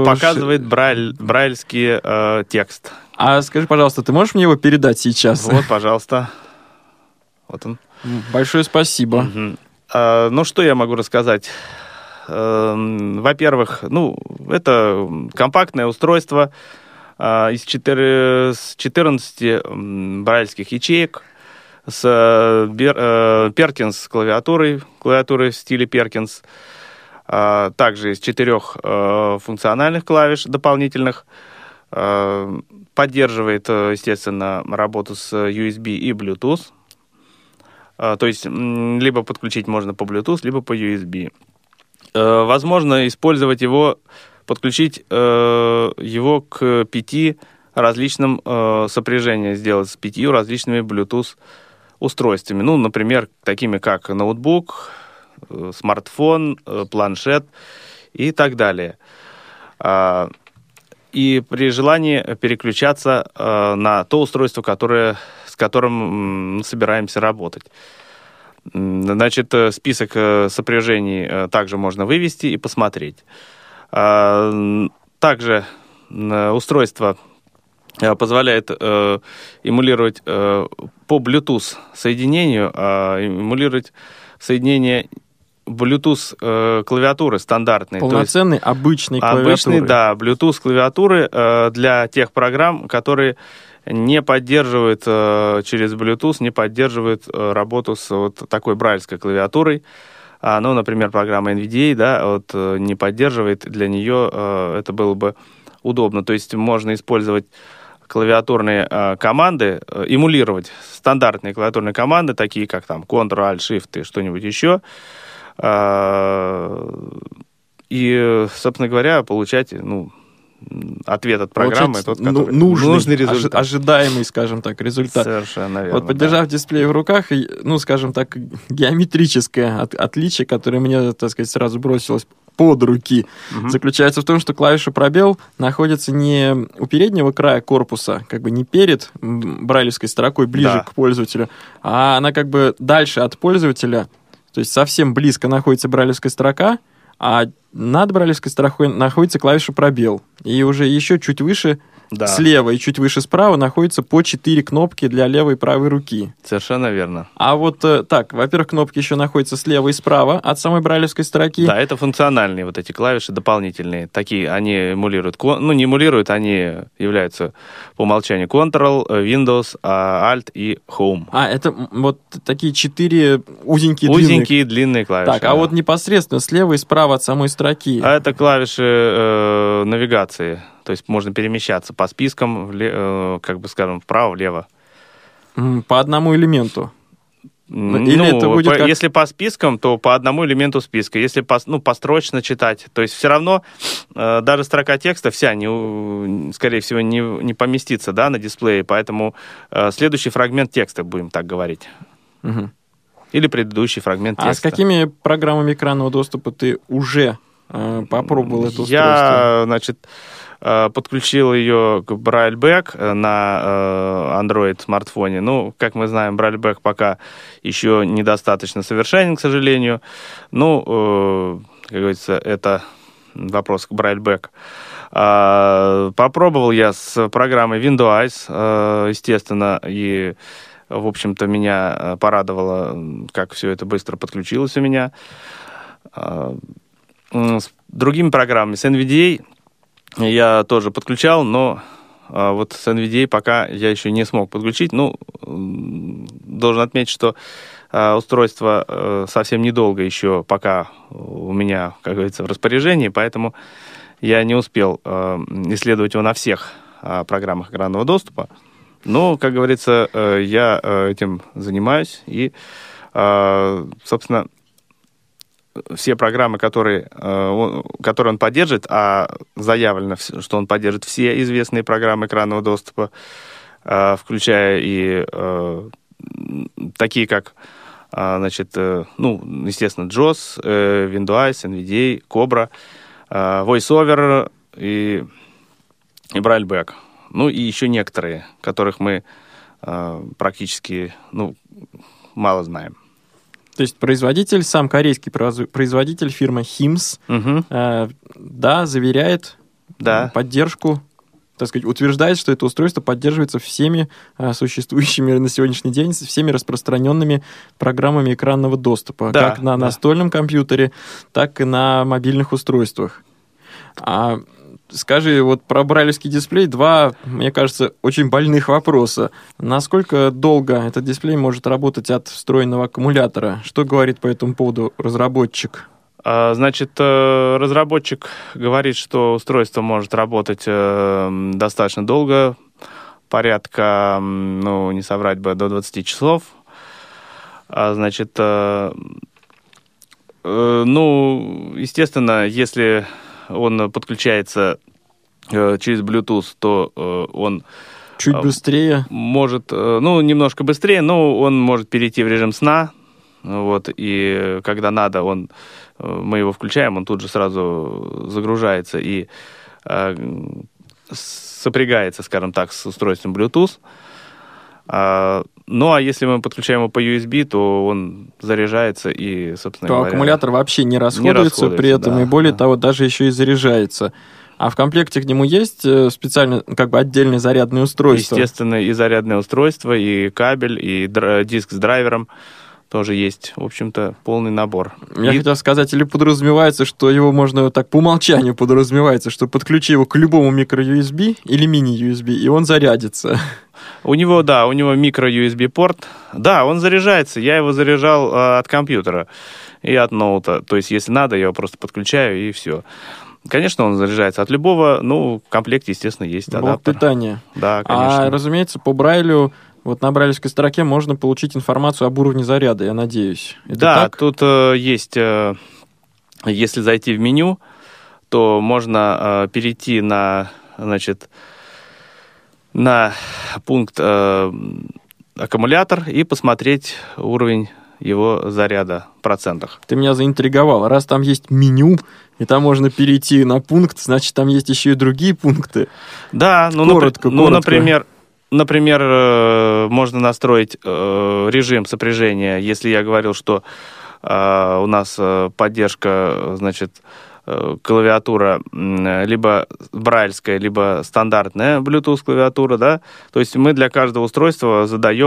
брайльский текст. А скажи, пожалуйста, ты можешь мне его передать сейчас? Вот, пожалуйста. Вот он. Большое спасибо. Ну, что я могу рассказать? Во-первых, это компактное устройство из 14 брайльских ячеек с Перкинс клавиатурой в стиле Перкинс, также из 4 функциональных клавиш дополнительных, поддерживает, естественно, работу с USB и Bluetooth, то есть либо подключить можно по Bluetooth, либо по USB. Возможно использовать его, подключить его к 5 различным сопряжениям, сделать с 5 различными Bluetooth устройствами. Ну, например, такими как ноутбук, смартфон, планшет и так далее. И при желании переключаться на то устройство, с которым мы собираемся работать. Значит, список сопряжений также можно вывести и посмотреть. Также устройство позволяет эмулировать по Bluetooth соединению, эмулировать соединение Bluetooth клавиатуры стандартной. Полноценной, обычной клавиатуры. Обычной, да, Bluetooth клавиатуры для тех программ, которые не поддерживают через Bluetooth, не поддерживают работу с вот такой брайльской клавиатурой. Ну, например, программа NVDA, да, вот, не поддерживает, для нее это было бы удобно. То есть можно использовать клавиатурные команды, эмулировать стандартные клавиатурные команды, такие как там Ctrl-Alt-Shift и что-нибудь еще. И, собственно говоря, получать, ответ от программы, тот, который нужный результат. Ожидаемый, скажем так, результат. Совершенно верно. Вот, подержав дисплей в руках, скажем так, геометрическое отличие, которое мне, так сказать, сразу бросилось под руки, заключается в том, что клавиша пробел находится не у переднего края корпуса, как бы не перед брайлевской строкой, ближе к пользователю, а она как бы дальше от пользователя, то есть совсем близко находится брайлевская строка, а над брайлевской строкой находится клавиша пробел. И уже еще чуть выше слева и чуть выше справа находится по 4 кнопки для левой и правой руки. Совершенно верно. А вот так, во-первых, кнопки еще находятся слева и справа от самой брайлевской строки. Да, это функциональные вот эти клавиши дополнительные. Такие, они эмулируют, не эмулируют, они являются по умолчанию Ctrl, Windows, Alt и Home. Это вот такие 4 узенькие длинные клавиши. Так, а вот непосредственно слева и справа от самой строки. А это клавиши навигации. То есть можно перемещаться по спискам, вправо-влево. По одному элементу? Или это будет как... Если по спискам, то по одному элементу списка. Если построчно читать, то есть все равно даже строка текста вся, скорее всего, не поместится на дисплее, поэтому следующий фрагмент текста, будем так говорить. Угу. Или предыдущий фрагмент текста. А с какими программами экранного доступа ты уже попробовал это устройство? Я, подключил ее к Brailleback на Android-смартфоне. Как мы знаем, Brailleback пока еще недостаточно совершенен, к сожалению. Как говорится, это вопрос к Brailleback. Попробовал я с программой Windows, естественно, и, в общем-то, меня порадовало, как все это быстро подключилось у меня. С другими программами, с NVDA, я тоже подключал, но вот с NVDA пока я еще не смог подключить. Должен отметить, что устройство совсем недолго еще пока у меня, как говорится, в распоряжении, поэтому я не успел исследовать его на всех программах экранного доступа. Но, как говорится, я этим занимаюсь, и, собственно, все программы, которые он поддержит, а заявлено, что он поддержит все известные программы экранного доступа, включая и такие, как, естественно, JAWS, Windows, NVDA, Cobra, VoiceOver и Brailleback. И еще некоторые, которых мы практически, мало знаем. То есть производитель, сам корейский производитель, фирма HIMS, заверяет поддержку, так сказать, утверждает, что это устройство поддерживается всеми существующими на сегодняшний день, всеми распространенными программами экранного доступа, как на настольном компьютере, так и на мобильных устройствах. Скажи, вот про брайлевский дисплей два, мне кажется, очень больных вопроса. Насколько долго этот дисплей может работать от встроенного аккумулятора? Что говорит по этому поводу разработчик? Разработчик говорит, что устройство может работать достаточно долго, порядка, не соврать бы, до 20 часов. Естественно, если он подключается через Bluetooth, то он чуть быстрее может, немножко быстрее, но он может перейти в режим сна. И когда надо, мы его включаем, он тут же сразу загружается и сопрягается, скажем так, с устройством Bluetooth. А если мы подключаем его по USB, то он заряжается и, собственно говоря... аккумулятор вообще не расходуется при этом, и более того, даже еще и заряжается. А в комплекте к нему есть специально, отдельное зарядное устройство? Естественно, и зарядное устройство, и кабель, и диск с драйвером тоже есть. В общем-то, полный набор. Я хотел сказать, или подразумевается, что его можно так по умолчанию подразумевается, что подключи его к любому микро-USB или мини-USB, и он зарядится. У него микро-USB-порт. Да, он заряжается. Я его заряжал от компьютера и от ноута. То есть, если надо, я его просто подключаю, и все. Конечно, он заряжается от любого. В комплекте, естественно, есть адаптер. Блок питания. Да, конечно. Разумеется, по Брайлю, на брайлевской строке можно получить информацию об уровне заряда, я надеюсь. Это так? Тут есть, если зайти в меню, то можно перейти на пункт аккумулятор и посмотреть уровень его заряда в процентах. Ты меня заинтриговал. Раз там есть меню, и там можно перейти на пункт, значит, там есть еще и другие пункты. Да, коротко. Например, можно настроить режим сопряжения. Если я говорил, что у нас поддержка, клавиатура либо брайльская, либо стандартная Bluetooth клавиатура, да, то есть мы для каждого устройства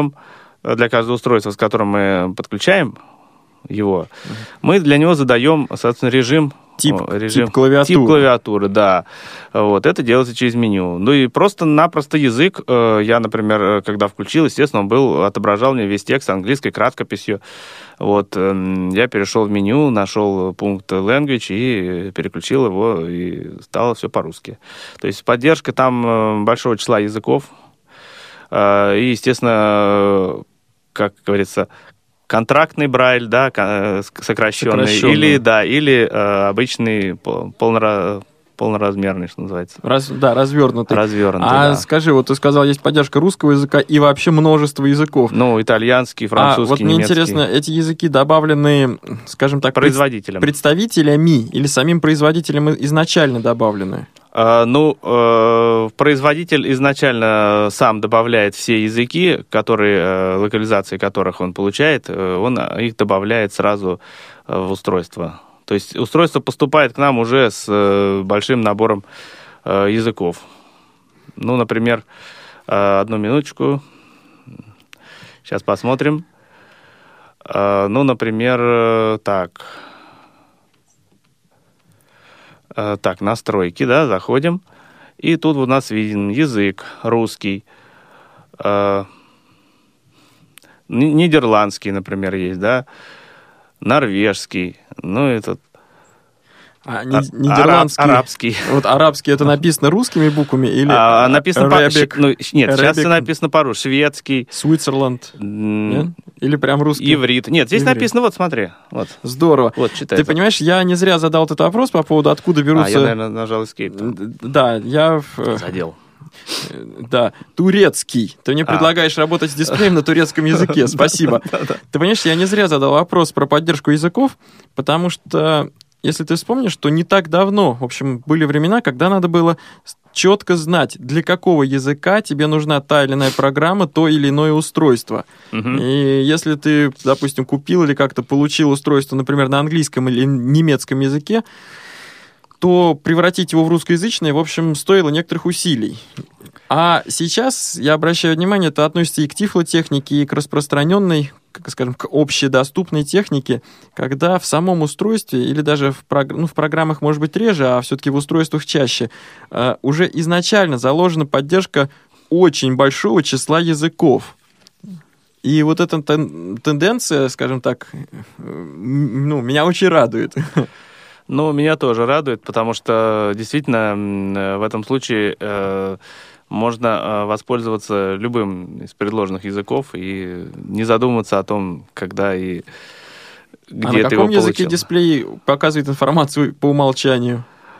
с которым мы подключаем его, мы для него задаем, соответственно, режим Тип клавиатуры. Тип клавиатуры, да. Вот, это делается через меню. Ну и просто-напросто язык, я, например, когда включил, естественно, он отображал мне весь текст английской краткописью. Вот, я перешел в меню, нашел пункт language и переключил его, и стало все по-русски. То есть поддержка там большого числа языков. И, естественно, как говорится, контрактный брайль, да, сокращенный. Или обычный полноразмерный, что называется. Развернутый. Да. Скажи, вот ты сказал, есть поддержка русского языка и вообще множество языков. Ну, итальянский, французский, вот мне немецкий. интересно, эти языки добавлены, скажем так, представителями или самим производителем изначально добавлены? Производитель изначально сам добавляет все языки, локализации которых он получает, он их добавляет сразу в устройство. То есть устройство поступает к нам уже с большим набором языков. Ну, например, одну минуточку. Сейчас посмотрим. Например, Так, настройки, да, заходим. И тут у нас виден язык русский, нидерландский, например, есть, да, норвежский, нидерландский, арабский. Вот арабский это написано русскими буквами или написано сейчас все написано по-русски. Шведский. Switzerland. Нет? Или прям русский? Иврит. Нет, здесь написано, вот смотри. Вот. Здорово. Вот, читай. Ты понимаешь, я не зря задал этот вопрос по поводу, откуда берутся... я, наверное, нажал Escape. Да, я... Задел. Да, турецкий. Ты мне предлагаешь работать с дисплеем на турецком языке. Спасибо. Ты понимаешь, я не зря задал вопрос про поддержку языков, потому что, если ты вспомнишь, то не так давно, в общем, были времена, когда надо было четко знать, для какого языка тебе нужна та или иная программа, то или иное устройство. И если ты, допустим, купил или как-то получил устройство, например, на английском или немецком языке, то превратить его в русскоязычное, в общем, стоило некоторых усилий. А сейчас, я обращаю внимание, это относится и к тифлотехнике, и к распространенной, скажем, к общедоступной технике, когда в самом устройстве, или даже в программах, может быть, реже, а все-таки в устройствах чаще, уже изначально заложена поддержка очень большого числа языков. И вот эта тенденция, скажем так, меня очень радует. Меня тоже радует, потому что действительно в этом случае можно воспользоваться любым из предложенных языков и не задумываться о том, когда и где ты его получил. А на каком языке дисплей показывает информацию по умолчанию?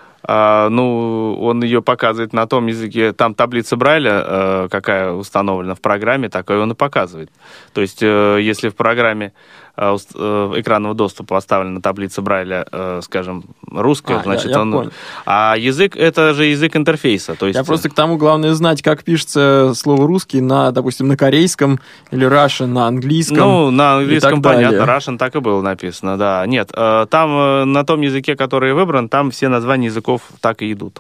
Он ее показывает на том языке, там таблица Брайля, какая установлена в программе, такой он и показывает. То есть, если в программе экранного доступа оставлена таблица Брайля, скажем, русская, значит, я понял. А язык — это же язык интерфейса. То есть... Я просто к тому, главное знать, как пишется слово «русский» допустим, на корейском или Russian на английском. На английском, понятно, Russian так и было написано, да. Нет, там на том языке, который выбран, там все названия языков так и идут.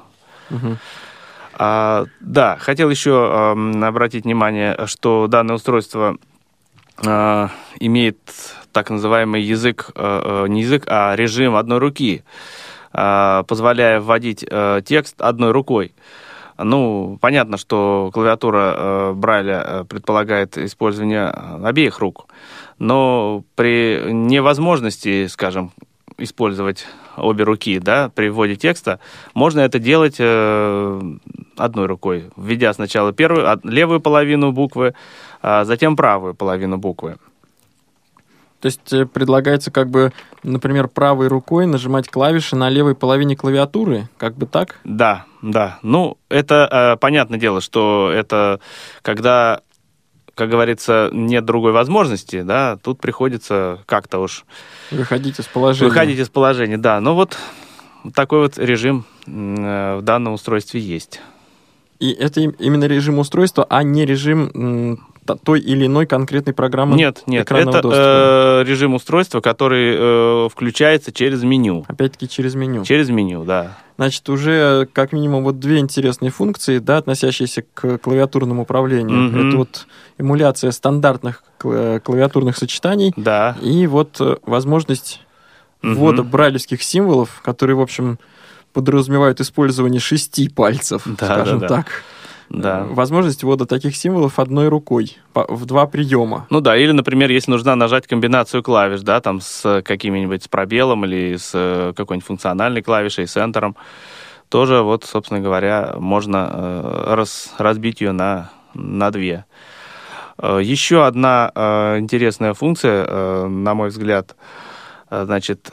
Да, хотел еще обратить внимание, что данное устройство имеет так называемый язык, не язык, а режим одной руки, позволяя вводить текст одной рукой. Понятно, что клавиатура Брайля предполагает использование обеих рук, но при невозможности, скажем, использовать обе руки, да, при вводе текста, можно это делать одной рукой, введя сначала левую половину буквы, а затем правую половину буквы. То есть предлагается например, правой рукой нажимать клавиши на левой половине клавиатуры? Как бы так? Да. Это понятное дело, что это когда, как говорится, нет другой возможности, да, тут приходится как-то уж... Выходить из положения. Да. Такой вот режим в данном устройстве есть. И это именно режим устройства, а не режим той или иной конкретной программы экранного доступа? Это режим устройства, который включается через меню. Опять-таки через меню. Через меню, да. Значит, уже как минимум вот две интересные функции, да, относящиеся к клавиатурному управлению. Это вот эмуляция стандартных клавиатурных сочетаний. Да. И вот возможность ввода брайлевских символов, которые, в общем, подразумевают использование 6 пальцев, скажем так. Да. Возможность ввода таких символов одной рукой в 2 приема. Ну да, или, например, если нужно нажать комбинацию клавиш, да, там с какими-нибудь с пробелом или с какой-нибудь функциональной клавишей, с энтером, тоже вот, собственно говоря, можно разбить ее на 2. Еще одна интересная функция, на мой взгляд, значит,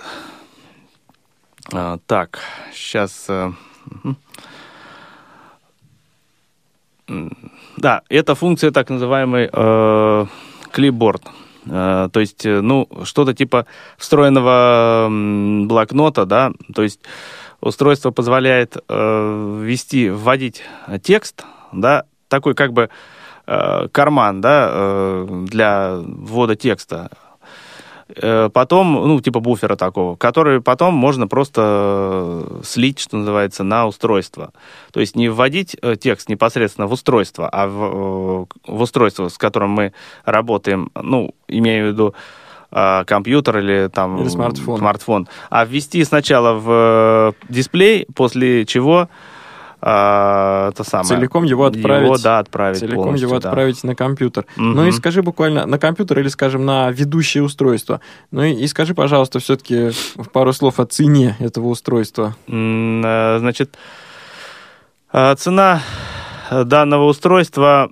так, сейчас... Да, это функция так называемый клипборд. То есть, что-то типа встроенного блокнота, да, то есть устройство позволяет вводить текст, да, такой как бы карман, да, для ввода текста. Потом, типа буфера такого, который потом можно просто слить, что называется, на устройство. То есть не вводить текст непосредственно в устройство, а в устройство, с которым мы работаем, имею в виду компьютер или смартфон, а ввести сначала в дисплей, после чего целиком его отправить. Отправить целиком его отправить на компьютер. Ну и скажи буквально на компьютер или, скажем, на ведущее устройство. Ну и скажи, пожалуйста, все-таки пару слов о цене этого устройства. Значит, цена данного устройства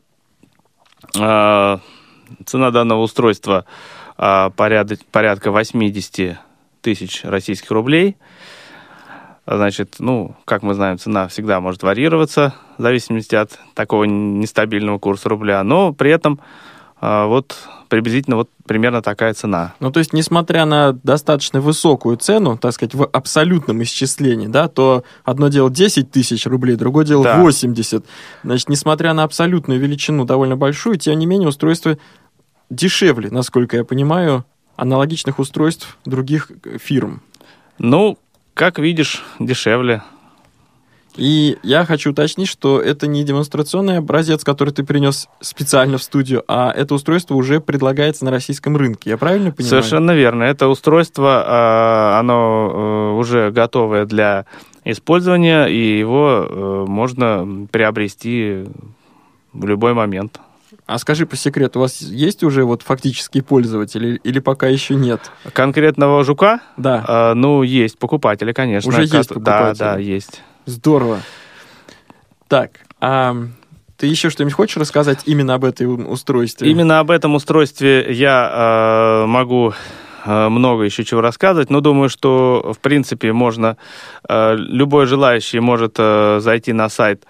порядка 80 тысяч российских рублей. Значит, как мы знаем, цена всегда может варьироваться в зависимости от такого нестабильного курса рубля, но при этом приблизительно примерно такая цена. То есть, несмотря на достаточно высокую цену, так сказать, в абсолютном исчислении, да, то одно дело 10 тысяч рублей, другое дело 80. Значит, несмотря на абсолютную величину довольно большую, тем не менее, устройство дешевле, насколько я понимаю, аналогичных устройств других фирм. Как видишь, дешевле. И я хочу уточнить, что это не демонстрационный образец, который ты принес специально в студию, а это устройство уже предлагается на российском рынке. Я правильно понимаю? Совершенно верно. Это устройство, оно уже готовое для использования, и его можно приобрести в любой момент. А скажи по секрету, у вас есть уже фактические пользователи или пока еще нет? Конкретного жука? Да. Есть покупатели, конечно. Уже есть покупатели? Да, есть. Здорово. Так, а ты еще что-нибудь хочешь рассказать именно об этом устройстве? Именно об этом устройстве я могу много еще чего рассказывать, но думаю, что, в принципе, любой желающий может зайти на сайт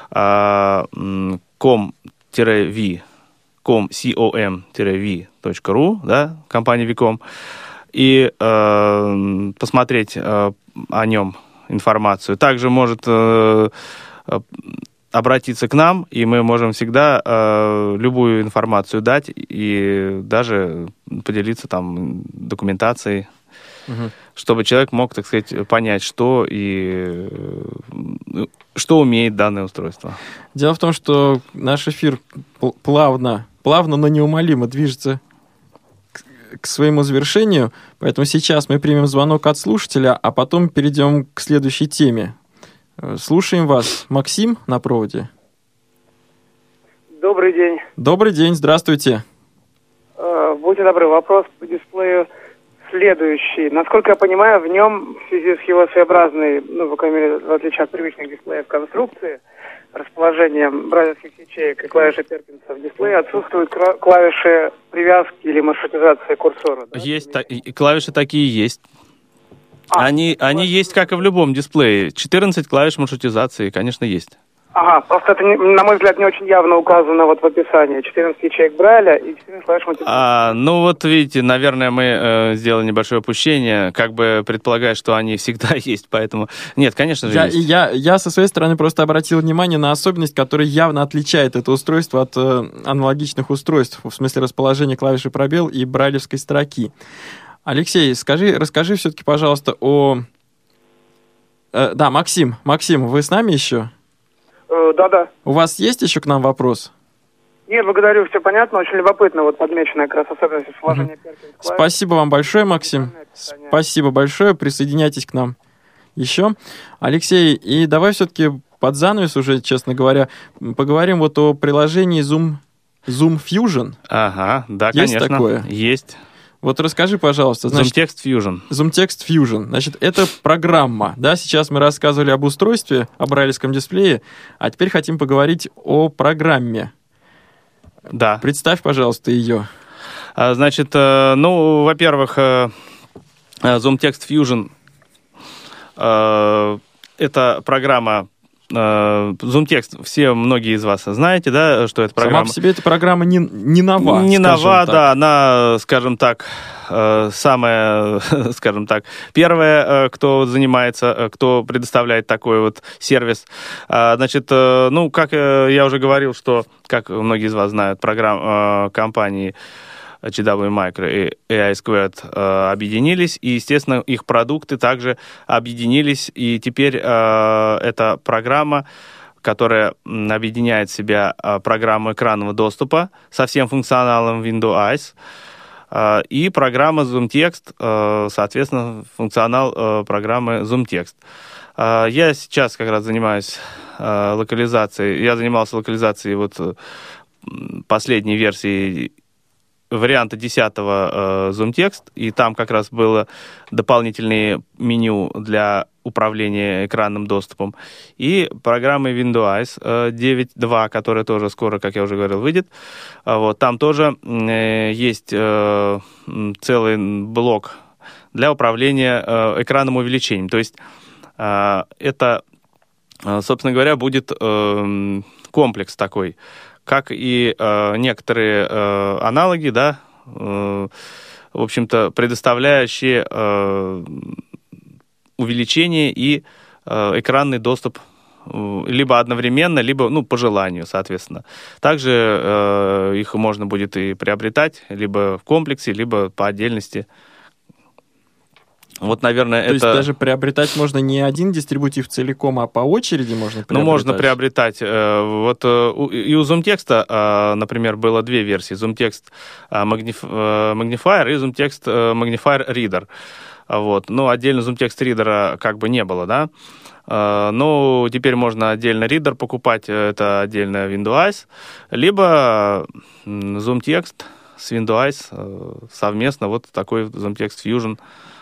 com-v.ru, да, компания Vicom, и посмотреть о нем информацию. Также может обратиться к нам, и мы можем всегда любую информацию дать и даже поделиться там документацией, чтобы человек мог, так сказать, понять, что умеет данное устройство. Дело в том, что наш эфир плавно, но неумолимо движется к своему завершению, поэтому сейчас мы примем звонок от слушателя, а потом перейдем к следующей теме. Слушаем вас. Максим на проводе. Добрый день. Добрый день, здравствуйте. Будьте добры, вопрос по дисплею следующий. Насколько я понимаю, в нем, в связи с его своеобразной, по крайней мере, в отличие от привычных дисплеев конструкции, расположением брайлевских ячеек и клавиши Перкинса в дисплее отсутствуют клавиши привязки или маршрутизации курсора. Да? Есть, клавиши такие есть. Они есть, как и в любом дисплее. 14 клавиш маршрутизации, конечно, есть. Ага, просто это, на мой взгляд, не очень явно указано вот в описании. 14 ячеек Брайля и 14 клавиш мультиметра. Ну вот видите, наверное, мы сделали небольшое упущение, как бы предполагая, что они всегда есть, поэтому... Нет, конечно же, есть. Я со своей стороны просто обратил внимание на особенность, которая явно отличает это устройство от аналогичных устройств, в смысле расположения клавиши пробел и брайлевской строки. Алексей, расскажи все-таки, пожалуйста, о... Да, Максим, вы с нами еще? Да. У вас есть еще к нам вопрос? Нет, благодарю, все понятно, очень любопытно, вот подмеченная как раз особенность расположения перстней. Спасибо вам большое, Максим. Спасибо большое, присоединяйтесь к нам еще. Алексей, и давай все-таки под занавес уже, честно говоря, поговорим вот о приложении Zoom Fusion. Ага, да, есть конечно. Такое? Есть. Вот расскажи, пожалуйста. Значит, ZoomText Fusion. ZoomText Fusion. Значит, это программа. Да, сейчас мы рассказывали об устройстве, о брайлевском дисплее, а теперь хотим поговорить о программе. Да. Представь, пожалуйста, ее. Значит, во-первых, ZoomText Fusion это программа ZoomText, многие из вас знаете, да, что это программа. Сама по себе эта программа не нова. Не нова, да, она, скажем так, самая, скажем так, первая, кто занимается, кто предоставляет такой вот сервис. Значит, как я уже говорил, что, как многие из вас знают, компании GW Micro и AI Squared объединились, и, естественно, их продукты также объединились, и теперь эта программа, которая объединяет в себя программу экранного доступа со всем функционалом Windows Eyes, и программа ZoomText, соответственно, функционал программы ZoomText. Я сейчас как раз занимаюсь локализацией, я занимался локализацией вот последней версии варианта 10-го ZoomText, и там как раз было дополнительное меню для управления экранным доступом, и программой Windows 9.2, которая тоже скоро, как я уже говорил, выйдет. Вот, там тоже есть целый блок для управления экранным увеличением. То есть это, собственно говоря, будет комплекс такой, как и некоторые аналоги, да, в общем-то, предоставляющие увеличение и экранный доступ либо одновременно, либо, по желанию, соответственно. Также их можно будет и приобретать либо в комплексе, либо по отдельности. Вот, наверное, То есть даже приобретать можно не один дистрибутив целиком, а по очереди можно приобретать? Можно приобретать. Вот и у ZoomText, например, было две версии. ZoomText Magnifier и ZoomText Magnifier Reader. Вот. Отдельно ZoomText Reader как бы не было, да? Но теперь можно отдельно Reader покупать, это отдельно Windows, либо ZoomText с Windows совместно, вот такой ZoomText Fusion.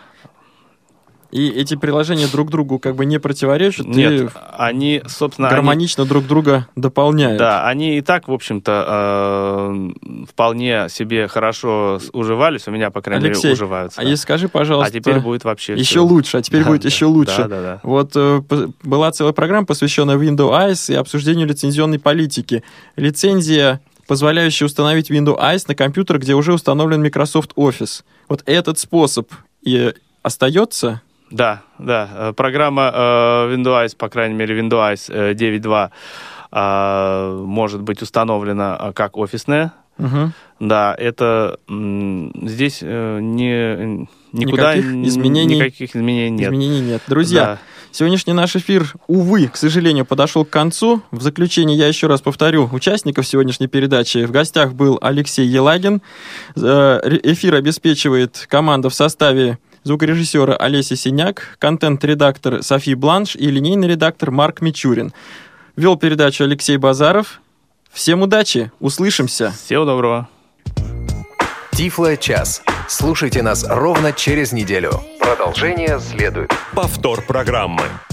И эти приложения друг другу как бы не противоречат? Нет, они, собственно... Гармонично друг друга дополняют? Да, они и так, в общем-то, вполне себе хорошо уживались, у меня, по крайней мере, уживаются. А если скажи, пожалуйста... А теперь будет вообще... Еще лучше, а теперь будет еще лучше. Да. Вот была целая программа, посвященная Windows Eyes и обсуждению лицензионной политики. Лицензия, позволяющая установить Windows Eyes на компьютер, где уже установлен Microsoft Office. Вот этот способ и остается... Да. Программа Windows, по крайней мере, Windows 9.2 может быть установлена как офисная. Угу. Да, это здесь никаких изменений нет. Друзья, сегодняшний наш эфир, увы, к сожалению, подошел к концу. В заключение я еще раз повторю участников сегодняшней передачи. В гостях был Алексей Елагин. Эфир обеспечивает команда в составе звукорежиссера Олеся Синяк, контент-редактор Софи Бланш и линейный редактор Марк Мичурин. Вел передачу Алексей Базаров. Всем удачи, услышимся. Всего доброго. Тифло-час. Слушайте нас ровно через неделю. Продолжение следует. Повтор программы.